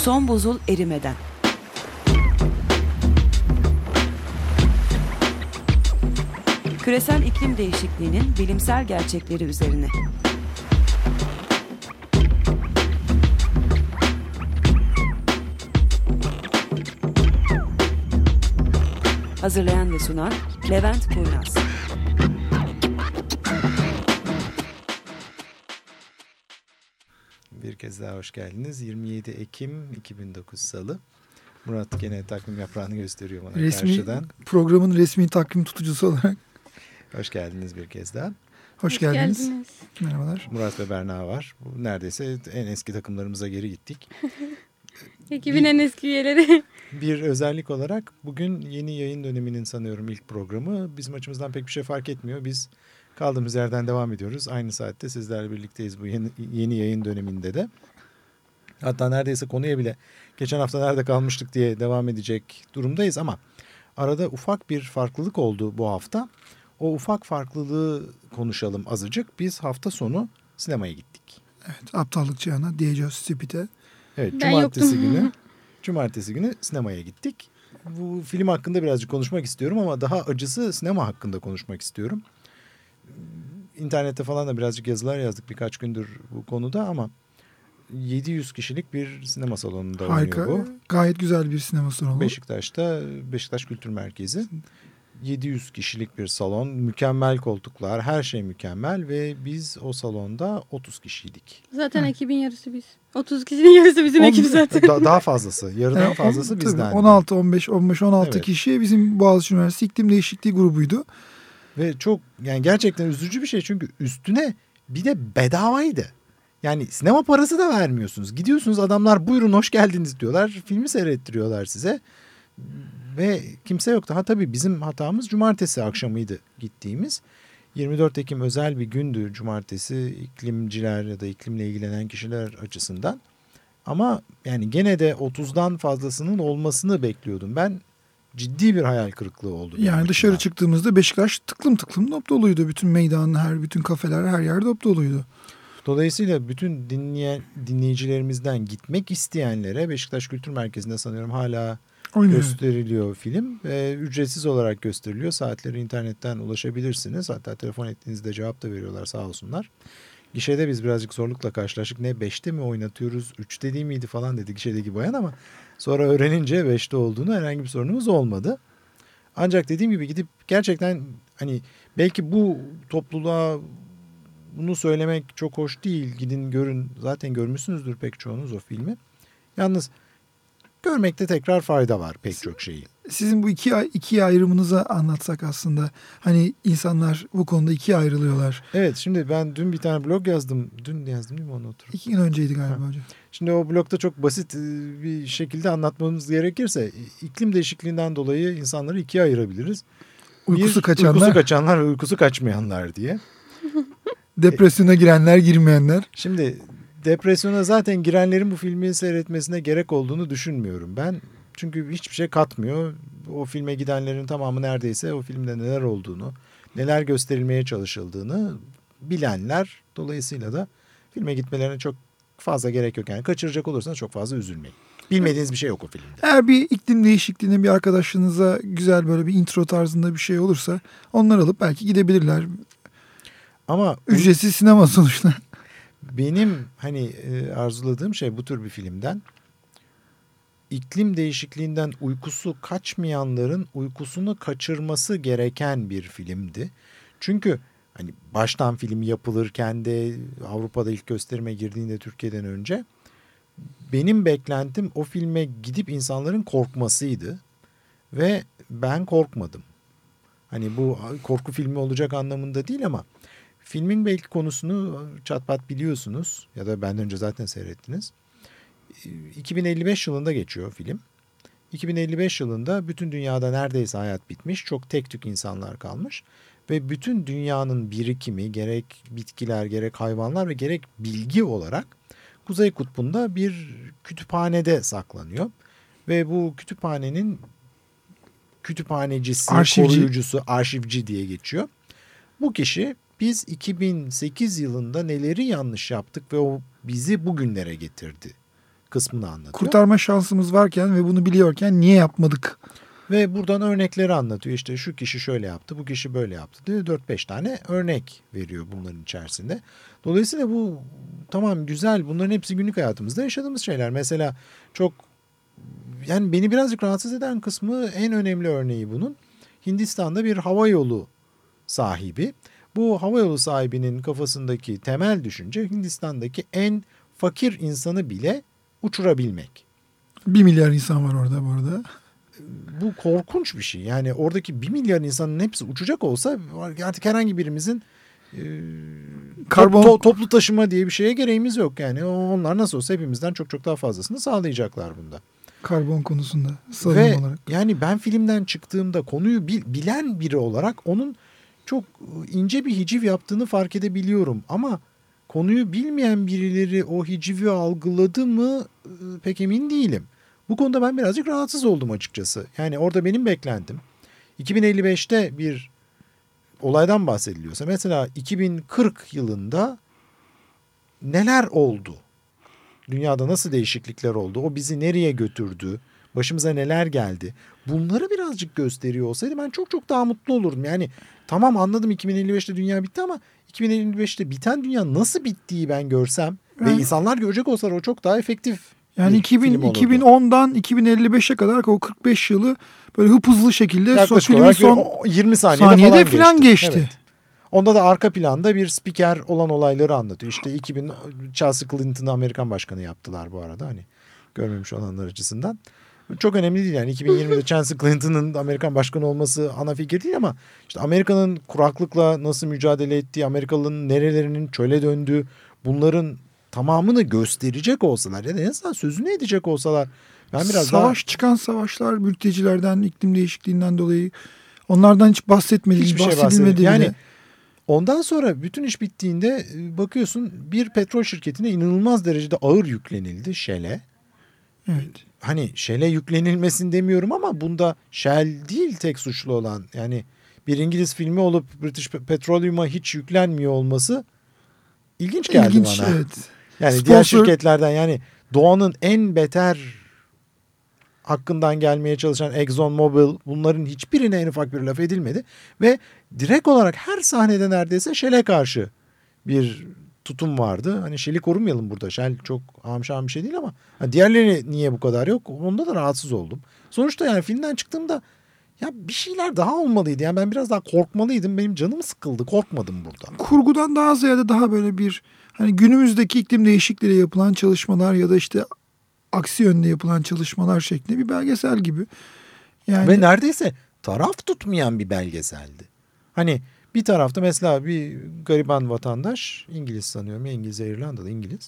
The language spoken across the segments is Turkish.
Son buzul erimeden. Küresel iklim değişikliğinin bilimsel gerçekleri üzerine. Hazırlayan ve sunan Levent Kurnaz. Bir kez daha hoş geldiniz. 27 Ekim 2009 Salı. Murat gene takvim yaprağını gösteriyor bana karşıdan. Programın resmi takvim tutucusu olarak. Hoş geldiniz bir kez daha. Hoş geldiniz. Merhabalar. Murat ve Berna var. Neredeyse en eski takımlarımıza geri gittik. Ekibin en eski üyeleri. Bir özellik olarak bugün yeni yayın döneminin sanıyorum ilk programı. Bizim açımızdan pek bir şey fark etmiyor. Biz kaldığımız yerden devam ediyoruz. Aynı saatte sizlerle birlikteyiz bu yeni yayın döneminde de. Hatta neredeyse konuya bile geçen hafta nerede kalmıştık diye devam edecek durumdayız ama arada ufak bir farklılık oldu bu hafta. O ufak farklılığı konuşalım azıcık. Biz hafta sonu sinemaya gittik. Evet, aptallık çağına diyeceğiz Stupid'e. Evet, cumartesi günü sinemaya gittik. Bu film hakkında birazcık konuşmak istiyorum ama daha acısı sinema hakkında konuşmak istiyorum. İnternette falan da birazcık yazılar yazdık birkaç gündür bu konuda ama 700 kişilik bir sinema salonunda Harika, oynuyor bu. Gayet güzel bir sinema salonu. Beşiktaş'ta, Beşiktaş Kültür Merkezi. 700 kişilik bir salon, mükemmel koltuklar, her şey mükemmel ve biz o salonda 30 kişiydik. Zaten ekibin yarısı biz. 30 kişinin yarısı bizim ekip zaten. Daha fazlası, yarıdan fazlası bizden. 16, 15, 16 evet. Kişi bizim Boğaziçi Üniversitesi İklim Değişikliği grubuydu. Ve çok yani gerçekten üzücü bir şey çünkü üstüne bir de bedavaydı. Yani sinema parası da vermiyorsunuz. Gidiyorsunuz adamlar buyurun hoş geldiniz diyorlar. Filmi seyrettiriyorlar size. Ve kimse yoktu. Tabii bizim hatamız cumartesi akşamıydı gittiğimiz. 24 Ekim özel bir gündü cumartesi iklimciler ya da iklimle ilgilenen kişiler açısından. Ama yani gene de 30'dan fazlasının olmasını bekliyordum. Ben ciddi bir hayal kırıklığı oldu. Yani dışarı çıktığımızda Beşiktaş tıklım tıklım dop doluydu. Bütün meydan, bütün kafeler her yer dop doluydu. Dolayısıyla bütün dinleyicilerimizden gitmek isteyenlere Beşiktaş Kültür Merkezi'nde sanıyorum hala gösteriliyor film. Ücretsiz olarak gösteriliyor. Saatleri internetten ulaşabilirsiniz. Hatta telefon ettiğinizde cevap da veriyorlar sağ olsunlar. Gişede biz birazcık zorlukla karşılaştık. Ne 5'te mi oynatıyoruz 3'te değil miydi falan dedi gişedeki bayan ama sonra öğrenince 5'te olduğunu herhangi bir sorunumuz olmadı. Ancak dediğim gibi gidip gerçekten hani belki bu topluluğa bunu söylemek çok hoş değil. Gidin görün. Zaten görmüşsünüzdür pek çoğunuz o filmi. Yalnız görmekte tekrar fayda var pek çok şeyi. Sizin bu ikiye ayrımınıza anlatsak aslında. Hani insanlar bu konuda ikiye ayrılıyorlar. Evet, şimdi ben dün bir tane blog yazdım. Dün yazdım değil mi onu oturup? 2 gün önceydi galiba hocam. Şimdi o blogda çok basit bir şekilde anlatmamız gerekirse iklim değişikliğinden dolayı insanları ikiye ayırabiliriz. Uykusu kaçanlar ve uykusu kaçmayanlar diye. Depresyona girenler, girmeyenler. Şimdi depresyona zaten girenlerin bu filmi seyretmesine gerek olduğunu düşünmüyorum ben. Çünkü hiçbir şey katmıyor. O filme gidenlerin tamamı neredeyse o filmde neler olduğunu, neler gösterilmeye çalışıldığını bilenler. Dolayısıyla da filme gitmelerine çok fazla gerek yok. Yani kaçıracak olursanız çok fazla üzülmeyin. Bilmediğiniz bir şey yok o filmde. Eğer bir iklim değişikliğine bir arkadaşınıza güzel böyle bir intro tarzında bir şey olursa onlar alıp belki gidebilirler. Ama ücretsiz sinema sonuçta. Benim hani arzuladığım şey bu tür bir filmden iklim değişikliğinden uykusu kaçmayanların uykusunu kaçırması gereken bir filmdi. Çünkü hani baştan film yapılırken de Avrupa'da ilk gösterime girdiğinde Türkiye'den önce benim beklentim o filme gidip insanların korkmasıydı ve ben korkmadım. Hani bu korku filmi olacak anlamında değil ama filmin belki konusunu çat pat biliyorsunuz ya da benden önce zaten seyrettiniz. 2055 yılında geçiyor film. 2055 yılında bütün dünyada neredeyse hayat bitmiş. Çok tek tük insanlar kalmış. Ve bütün dünyanın birikimi gerek bitkiler gerek hayvanlar ve gerek bilgi olarak Kuzey Kutbu'nda bir kütüphanede saklanıyor. Ve bu kütüphanenin kütüphanecisi, koruyucusu, arşivci diye geçiyor. Bu kişi biz 2008 yılında neleri yanlış yaptık ve o bizi bugünlere getirdi kısmını anlatıyor. Kurtarma şansımız varken ve bunu biliyorken niye yapmadık? Ve buradan örnekleri anlatıyor. İşte şu kişi şöyle yaptı, bu kişi böyle yaptı diye 4-5 tane örnek veriyor bunların içerisinde. Dolayısıyla bu tamam güzel, bunların hepsi günlük hayatımızda yaşadığımız şeyler. Mesela çok, yani beni birazcık rahatsız eden kısmı, en önemli örneği bunun, Hindistan'da bir hava yolu sahibi. Bu hava yolu sahibinin kafasındaki temel düşünce Hindistan'daki en fakir insanı bile uçurabilmek. 1 milyar insan var orada bu arada. Bu korkunç bir şey. Yani oradaki 1 milyar insanın hepsi uçacak olsa artık herhangi birimizin toplu taşıma diye bir şeye gereğimiz yok. Yani onlar nasıl olsa hepimizden çok çok daha fazlasını sağlayacaklar bunda. Karbon konusunda salınım Ve olarak. yani ben filmden çıktığımda konuyu bilen biri olarak onun çok ince bir hiciv yaptığını fark edebiliyorum. Ama konuyu bilmeyen birileri o hicivi algıladı mı pek emin değilim. Bu konuda ben birazcık rahatsız oldum açıkçası. Yani orada benim beklentim 2055'te bir olaydan bahsediliyorsa, mesela 2040 yılında neler oldu? Dünyada nasıl değişiklikler oldu? O bizi nereye götürdü? Başımıza neler geldi? Bunları birazcık gösteriyor olsaydı ben çok çok daha mutlu olurdum. Yani tamam, anladım 2055'te dünya bitti ama 2055'te biten dünya nasıl bittiği ben görsem ve insanlar görecek olsalar o çok daha efektif. Yani 2010'dan 2055'e kadar o 45 yılı böyle hızlı şekilde filmin son 20 saniyede falan geçti. Evet. Onda da arka planda bir spiker olan olayları anlatıyor. İşte 2000 Chelsea Clinton'ı Amerikan başkanı yaptılar bu arada, hani görmemiş olanlar açısından. Çok önemli değil yani 2020'de Chelsea Clinton'ın Amerikan başkanı olması ana fikir değil ama işte Amerika'nın kuraklıkla nasıl mücadele ettiği, Amerikalıların nerelerinin çöle döndüğü, bunların tamamını gösterecek olsalar ya da en azından sözünü edecek olsalar, ben biraz çıkan savaşlar, mültecilerden, iklim değişikliğinden dolayı onlardan hiç bahsetmedi, hiç bahsedilmedi. Yani ondan sonra bütün iş bittiğinde bakıyorsun bir petrol şirketine inanılmaz derecede ağır yüklenildi, Shell'e. Evet. Hani Shell'e yüklenilmesin demiyorum ama bunda Shell değil tek suçlu olan. Yani bir İngiliz filmi olup British Petroleum'a hiç yüklenmiyor olması ilginç geldi bana. Evet. Yani diğer şirketlerden, yani doğanın en beter hakkından gelmeye çalışan Exxon Mobil, bunların hiçbirine en ufak bir laf edilmedi. Ve direkt olarak her sahnede neredeyse Shell'e karşı bir tutum vardı. Hani Shell'i korumayalım burada. Shell çok amşan bir şey değil ama hani diğerleri niye bu kadar yok? Onda da rahatsız oldum. Sonuçta yani filmden çıktığımda ya bir şeyler daha olmalıydı. Yani ben biraz daha korkmalıydım. Benim canım sıkıldı. Korkmadım burada. Kurgudan daha ziyade daha böyle bir, hani günümüzdeki iklim değişikliğiyle yapılan çalışmalar ya da işte aksi yönde yapılan çalışmalar şeklinde bir belgesel gibi. Yani ve neredeyse taraf tutmayan bir belgeseldi. Hani bir tarafta mesela bir gariban vatandaş, İngiliz sanıyorum, İngiliz, İrlandalı İngiliz,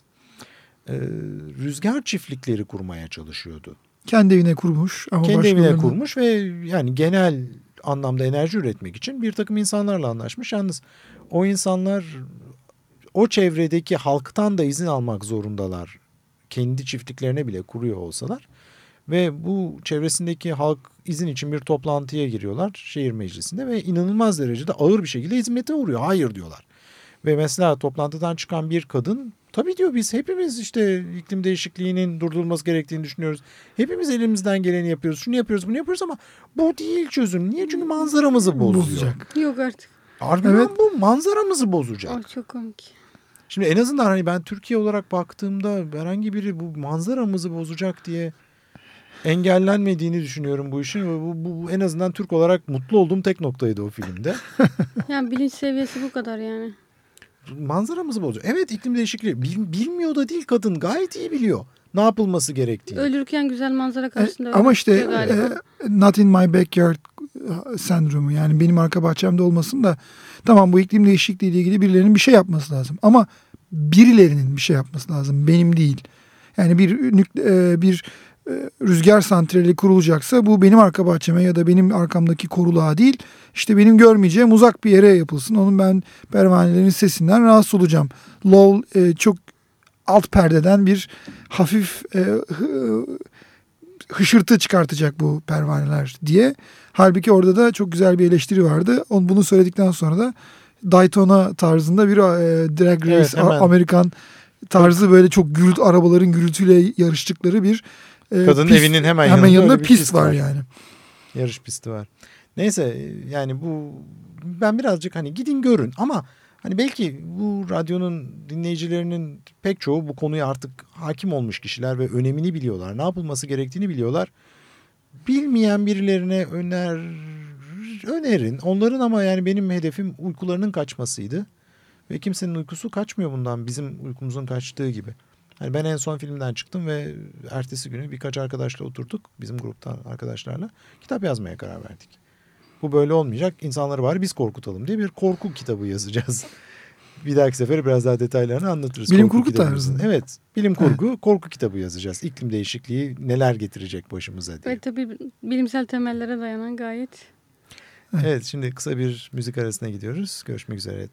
rüzgar çiftlikleri kurmaya çalışıyordu. Kendi evine kurmuş ama kendi evine kurmuş ve yani genel anlamda enerji üretmek için bir takım insanlarla anlaşmış. Yalnız o insanlar o çevredeki halktan da izin almak zorundalar. Kendi çiftliklerine bile kuruyor olsalar. Ve bu çevresindeki halk izin için bir toplantıya giriyorlar şehir meclisinde ve inanılmaz derecede ağır bir şekilde hizmete uğruyor. Hayır diyorlar. Ve mesela toplantıdan çıkan bir kadın, tabii diyor, biz hepimiz işte iklim değişikliğinin durdurulması gerektiğini düşünüyoruz. Hepimiz elimizden geleni yapıyoruz. Şunu yapıyoruz, bunu yapıyoruz ama bu değil çözüm. Niye? Çünkü manzaramızı bozacak. Yok artık. Argüman evet. Bu manzaramızı bozacak. Çok komik. Şimdi en azından hani ben Türkiye olarak baktığımda herhangi biri bu manzaramızı bozacak diye engellenmediğini düşünüyorum bu işin. Bu en azından Türk olarak mutlu olduğum tek noktaydı o filmde. Yani bilinç seviyesi bu kadar yani. Manzaramızı bozuyor. Evet, iklim değişikliği. Bilmiyor da değil kadın. Gayet iyi biliyor ne yapılması gerektiğini. Ölürken güzel manzara karşısında. Ama işte not in my backyard sendromu. Yani benim arka bahçemde olmasın da tamam, bu iklim değişikliği ile ilgili birilerinin bir şey yapması lazım. Ama birilerinin bir şey yapması lazım. Benim değil. Yani bir rüzgar santrali kurulacaksa bu benim arka bahçeme ya da benim arkamdaki koruluğa değil, işte benim görmeyeceğim uzak bir yere yapılsın. Onun ben pervanelerin sesinden rahatsız olacağım. Low çok alt perdeden bir hafif hışırtı çıkartacak bu pervaneler diye. Halbuki orada da çok güzel bir eleştiri vardı. Bunu söyledikten sonra da Daytona tarzında bir Drag Race, evet, Amerikan tarzı böyle çok arabaların gürültüyle yarıştıkları bir kadının pist, evinin hemen yanında yanında bir pist var yani. Yarış pisti var. Neyse yani ben birazcık hani gidin görün ama hani belki bu radyonun dinleyicilerinin pek çoğu bu konuya artık hakim olmuş kişiler ve önemini biliyorlar. Ne yapılması gerektiğini biliyorlar. Bilmeyen birilerine önerin. Onların ama yani benim hedefim uykularının kaçmasıydı. Ve kimsenin uykusu kaçmıyor bundan bizim uykumuzun kaçtığı gibi. Yani ben en son filmden çıktım ve ertesi günü birkaç arkadaşla oturduk. Bizim gruptan arkadaşlarla kitap yazmaya karar verdik. Bu böyle olmayacak. İnsanları bari biz korkutalım diye bir korku kitabı yazacağız. Bir dahaki sefer biraz daha detaylarını anlatırız. Bilim kurgu tarzı. Evet. Bilim kurgu, korku kitabı yazacağız. İklim değişikliği neler getirecek başımıza diye. Ve tabii bilimsel temellere dayanan gayet. Evet, şimdi kısa bir müzik arasına gidiyoruz. Görüşmek üzere.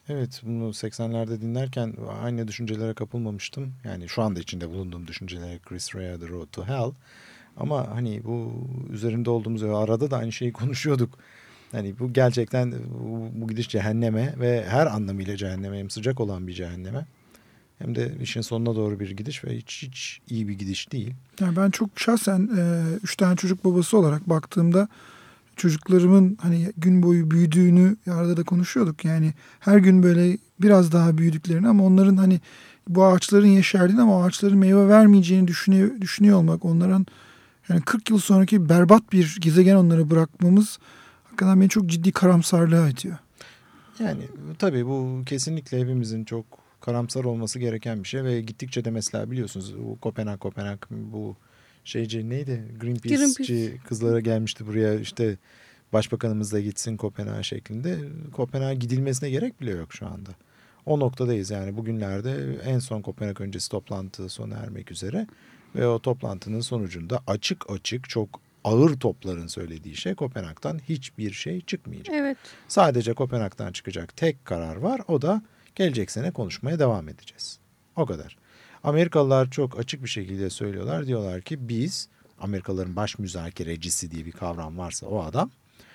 Evet, bunu 80'lerde dinlerken aynı düşüncelere kapılmamıştım. Yani şu anda içinde bulunduğum düşüncelere, Chris Rea, The Road to Hell. Ama hani bu üzerinde olduğumuz arada da aynı şeyi konuşuyorduk. Hani bu gerçekten bu gidiş cehenneme ve her anlamıyla cehenneme, hem sıcak olan bir cehenneme hem de işin sonuna doğru bir gidiş ve hiç iyi bir gidiş değil. Yani ben çok şahsen 3 tane çocuk babası olarak baktığımda çocuklarımın hani gün boyu büyüdüğünü arada da konuşuyorduk. Yani her gün böyle biraz daha büyüdüklerini ama onların hani bu ağaçların yeşerdiğini ama ağaçların meyve vermeyeceğini düşünüyor olmak, onların yani 40 yıl sonraki berbat bir gezegen onlara bırakmamız hakikaten beni çok ciddi karamsarlığa itiyor. Yani tabii bu kesinlikle hepimizin çok karamsar olması gereken bir şey ve gittikçe de mesela biliyorsunuz bu Kopenhag bu şeyci neydi? Greenpeace'ci kızlara gelmişti buraya, işte başbakanımız da gitsin Kopenhag şeklinde. Kopenhag'a gidilmesine gerek bile yok şu anda. O noktadayız yani bugünlerde en son Kopenhag öncesi toplantı sona ermek üzere ve o toplantının sonucunda açık çok ağır topların söylediği şey Kopenhag'dan hiçbir şey çıkmayacak. Evet. Sadece Kopenhag'dan çıkacak tek karar var, o da gelecek sene konuşmaya devam edeceğiz. O kadar. Amerikalılar çok açık bir şekilde söylüyorlar. Diyorlar ki biz, Amerikalıların baş müzakerecisi diye bir kavram varsa o adam,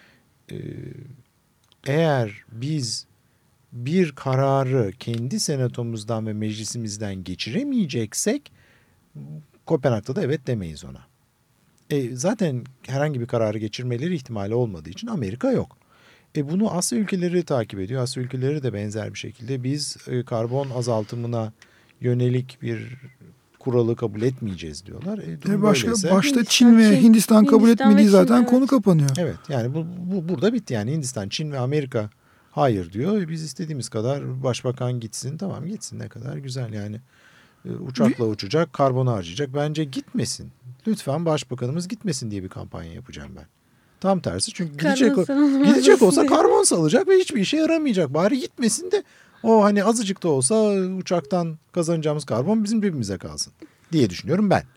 eğer biz bir kararı kendi senatomuzdan ve meclisimizden geçiremeyeceksek Kopenhag'da da evet demeyiz ona. Zaten herhangi bir kararı geçirmeleri ihtimali olmadığı için Amerika yok. Bunu Asya ülkeleri takip ediyor. Asya ülkeleri de benzer bir şekilde biz karbon azaltımına yönelik bir kuralı kabul etmeyeceğiz diyorlar. Başta Çin ve Hindistan kabul etmediği zaten evet. Konu kapanıyor. Evet, yani bu burada bitti yani. Hindistan, Çin ve Amerika hayır diyor. Biz istediğimiz kadar başbakan gitsin, tamam gitsin, ne kadar güzel yani. Uçakla uçacak, karbon harcayacak. Bence gitmesin. Lütfen başbakanımız gitmesin diye bir kampanya yapacağım ben. Tam tersi, çünkü gidecek olsa karbon salacak ve hiçbir işe yaramayacak. Bari gitmesin de o hani azıcık da olsa uçaktan kazanacağımız karbon bizim cebimize kalsın diye düşünüyorum ben.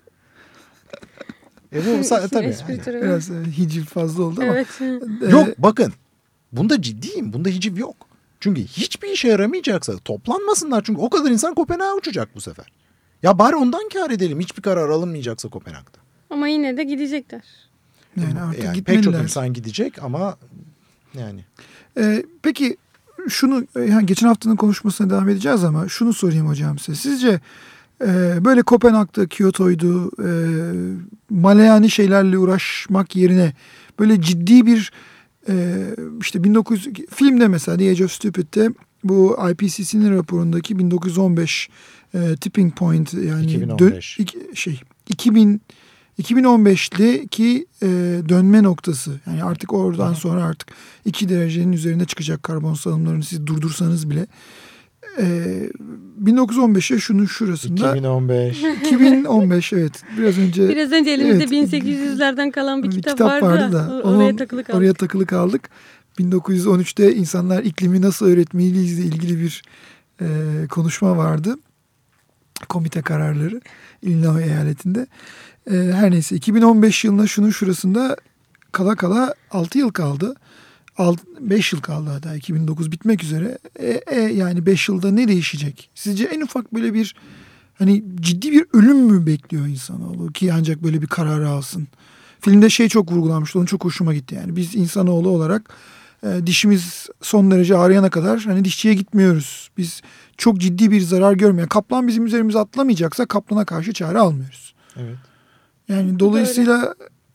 Bu tabii. Yani. Biraz hiciv fazla oldu ama. Evet. Yok bakın, bunda ciddiyim. Bunda hiciv yok. Çünkü hiçbir işe yaramayacaksa toplanmasınlar. Çünkü o kadar insan Kopenhag'a uçacak bu sefer. Ya bari ondan kâr edelim. Hiçbir karar alınmayacaksa Kopenhag'da. Ama yine de gidecekler. Yani artık yani gitmeliler. pek çok insan gidecek ama yani. Peki şunu, yani geçen haftanın konuşmasına devam edeceğiz ama şunu sorayım hocam size. Sizce böyle Kopenhag'da, Kyoto'ydu, maleyani şeylerle uğraşmak yerine böyle ciddi bir işte 1900 filmde mesela The Age of Stupid'te bu IPCC'nin raporundaki 1915 tipping point, yani 2015. 2015'li dönme noktası. Yani artık oradan sonra artık 2 derecenin üzerinde çıkacak karbon salımlarını siz durdursanız bile. 1915'e şunun şurasında. 2015 evet. Biraz önce elimizde 1800'lerden kalan bir kitap vardı da oraya takılı kaldık. 1913'te insanlar iklimi nasıl öğretmeliyiz ile ilgili bir konuşma vardı. Komite kararları Illinois eyaletinde. Her neyse 2015 yılına şunun şurasında kala 6 yıl kaldı. 5 yıl kaldı hatta, 2009 bitmek üzere. Yani 5 yılda ne değişecek? Sizce en ufak böyle bir hani ciddi bir ölüm mü bekliyor insanoğlu ki ancak böyle bir kararı alsın? Filmde çok vurgulanmıştı. Onun çok hoşuma gitti. Yani biz insanoğlu olarak dişimiz son derece ağrıyana kadar hani dişçiye gitmiyoruz. Biz çok ciddi bir zarar görmeyen, kaplan bizim üzerimize atlamayacaksa kaplana karşı çare almıyoruz. Evet. Yani dolayısıyla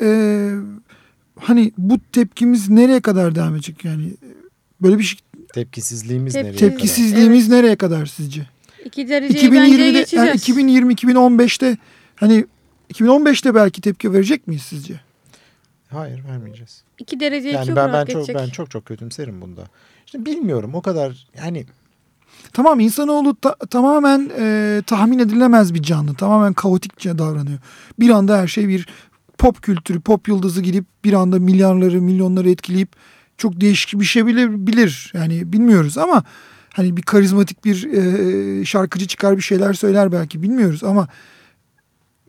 hani bu tepkimiz nereye kadar devam edecek? Yani böyle bir şey. Tepkisizliğimiz nereye kadar sizce? 2 dereceyi bence geçeceğiz. 2020-2015'te hani 2015'te belki tepki verecek miyiz sizce? Hayır, vermeyeceğiz. 2 dereceyi yani çok ben geçecek. Ben çok kötümserim bunda. İşte bilmiyorum o kadar yani. Tamam, insanoğlu tamamen tahmin edilemez bir canlı. Tamamen kaotikçe davranıyor. Bir anda her şey bir pop kültürü, pop yıldızı gidip bir anda milyonları etkileyip çok değişik bir şey bilir. Yani bilmiyoruz ama hani bir karizmatik bir şarkıcı çıkar bir şeyler söyler belki, bilmiyoruz ama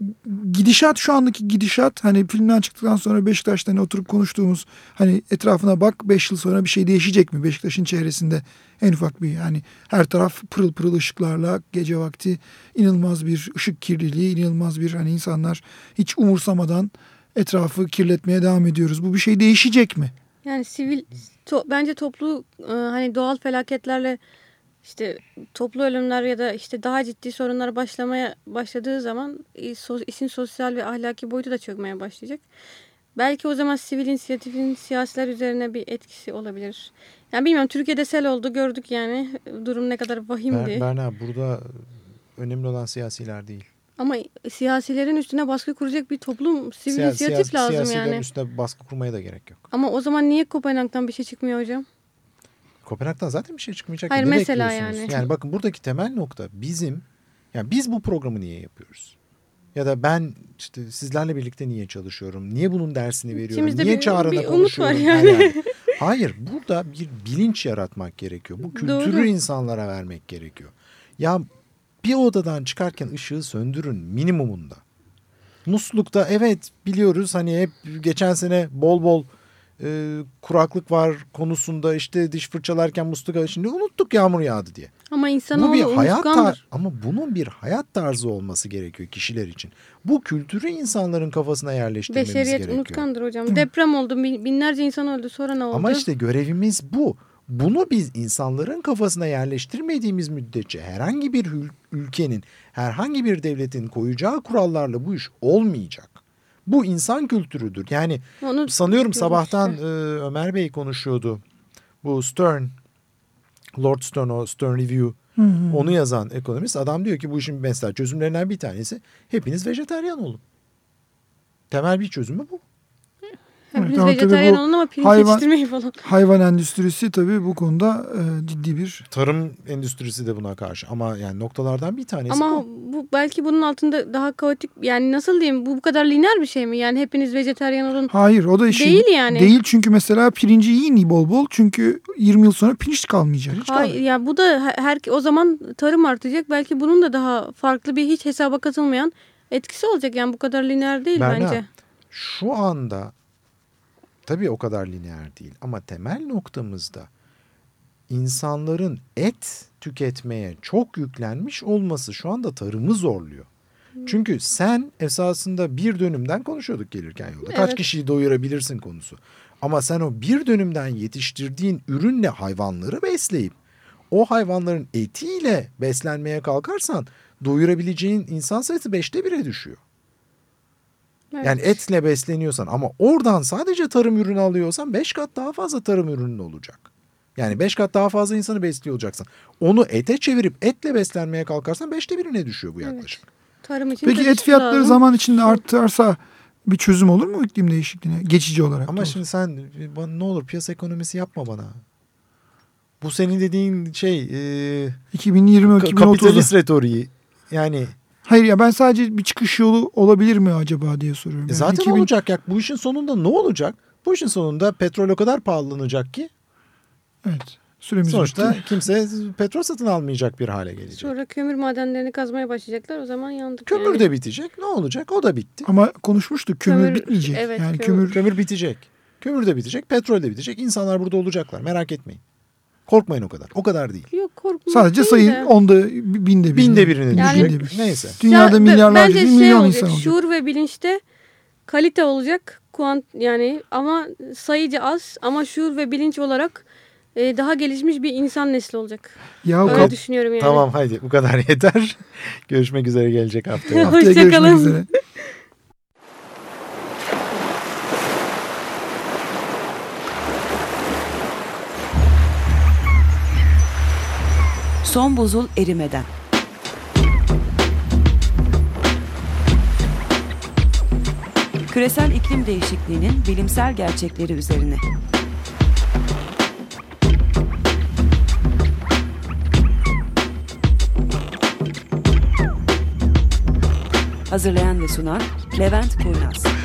gidişat, şu andaki gidişat, hani filmden çıktıktan sonra Beşiktaş'ta hani oturup konuştuğumuz, hani etrafına bak 5 yıl sonra bir şey değişecek mi? Beşiktaş'ın çevresinde en ufak bir, hani her taraf pırıl pırıl ışıklarla, gece vakti inanılmaz bir ışık kirliliği, inanılmaz bir, hani insanlar hiç umursamadan etrafı kirletmeye devam ediyoruz. Bu bir şey değişecek mi? Yani bence toplu hani doğal felaketlerle işte toplu ölümler ya da işte daha ciddi sorunlar başladığı zaman işin sosyal ve ahlaki boyutu da çökmeye başlayacak. Belki o zaman sivil inisiyatifin siyasiler üzerine bir etkisi olabilir. Yani bilmiyorum, Türkiye'de sel oldu, gördük yani durum ne kadar vahimdi. Berna, burada önemli olan siyasiler değil. Ama siyasilerin üstüne baskı kuracak bir toplum, sivil inisiyatif lazım yani. Siyasilerin üstüne baskı kurmaya da gerek yok. Ama o zaman niye Kopenhag'dan bir şey çıkmıyor hocam? Kopenhag'dan zaten bir şey çıkmayacak. Hayır, ne mesela bekliyorsunuz? Yani bakın, buradaki temel nokta biz bu programı niye yapıyoruz? Ya da ben işte sizlerle birlikte niye çalışıyorum? Niye bunun dersini veriyorum? İçimizde niye Çağrı'na konuşuyorum? Yani. Hayır, burada bir bilinç yaratmak gerekiyor. Bu kültürü insanlara vermek gerekiyor. Ya bir odadan çıkarken ışığı söndürün minimumunda. Muslukta evet biliyoruz, hani hep geçen sene bol bol kuraklık var konusunda, işte diş fırçalarken musluk, şimdi unuttuk yağmur yağdı diye. Ama insanoğlu unutkandır. Ama bunun bir hayat tarzı olması gerekiyor kişiler için. Bu kültürü insanların kafasına yerleştirmemiz gerekiyor. Beşeriyet unutkandır hocam. Deprem oldu, binlerce insan öldü, sonra ne oldu? Ama işte görevimiz bu. Bunu biz insanların kafasına yerleştirmediğimiz müddetçe herhangi bir ülkenin, herhangi bir devletin koyacağı kurallarla bu iş olmayacak. Bu insan kültürüdür. Yani sanıyorum sabahtan Ömer Bey konuşuyordu. Bu Lord Stern, o Stern Review, onu yazan ekonomist adam diyor ki bu işin mesela çözümlerinden bir tanesi hepiniz vejetaryen olun. Temel bir çözümü bu. Hepiniz vejetaryen olun ama pirinç yetiştirmeyin falan. Hayvan endüstrisi tabii bu konuda ciddi bir... Tarım endüstrisi de buna karşı, ama yani noktalardan bir tanesi ama bu belki bunun altında daha kaotik, yani nasıl diyeyim, bu kadar lineer bir şey mi? Yani hepiniz vejetaryen olun. Hayır, o da işin değil yani. Değil, çünkü mesela pirinci yiyin bol bol, çünkü 20 yıl sonra pirinç kalmayacak. Hayır ya, bu da o zaman tarım artacak. Belki bunun da daha farklı bir, hiç hesaba katılmayan etkisi olacak. Yani bu kadar lineer değil bence. Şu anda tabii o kadar lineer değil, ama temel noktamızda insanların et tüketmeye çok yüklenmiş olması şu anda tarımı zorluyor. Çünkü sen esasında bir dönümden konuşuyorduk gelirken yolda. Evet. Kaç kişiyi doyurabilirsin konusu. Ama sen o bir dönümden yetiştirdiğin ürünle hayvanları besleyip o hayvanların etiyle beslenmeye kalkarsan doyurabileceğin insan sayısı 5'te 1'e düşüyor. Evet. Yani etle besleniyorsan ama oradan sadece tarım ürünü alıyorsan 5 kat daha fazla tarım ürünün olacak. Yani 5 kat daha fazla insanı besliyor olacaksın. Onu ete çevirip etle beslenmeye kalkarsan 5'te 1'ine düşüyor bu yaklaşık. Evet. Tarım için peki et fiyatları lazım. Zaman içinde artarsa bir çözüm olur mu iklim değişikliğine geçici olarak? Ama şimdi sen ne olur piyasa ekonomisi yapma bana. Bu senin dediğin şey 2020-2030'da. Kapitalist retoriği. Yani hayır ya, ben sadece bir çıkış yolu olabilir mi acaba diye soruyorum. Yani zaten olacak ya. Bu işin sonunda ne olacak? Bu işin sonunda petrol o kadar pahalanacak ki. Evet. Sonuçta kimse petrol satın almayacak bir hale gelecek. Sonra kömür madenlerini kazmaya başlayacaklar. O zaman yandık. Kömür yani de bitecek. Ne olacak? O da bitti. Ama konuşmuştuk. Kömür bitmeyecek. Evet, yani kömür bitecek. Kömür de bitecek. Petrol de bitecek. İnsanlar burada olacaklar. Merak etmeyin. Korkmayın o kadar. O kadar değil. Yok, korkmayın. Sadece sayı onda binde birine yani, düşecek. Neyse. Dünyada milyarlarca milyon insan olacak. Şuur ve bilinçte kalite olacak. Yani ama sayıca az, ama şuur ve bilinç olarak daha gelişmiş bir insan nesli olacak. Ya, öyle düşünüyorum yani. Tamam, haydi bu kadar yeter. Görüşmek üzere gelecek haftaya. Haftaya görüşmek üzere. Son buzul erimeden. Küresel iklim değişikliğinin bilimsel gerçekleri üzerine. Hazırlayan ve sunan Levent Kurnaz.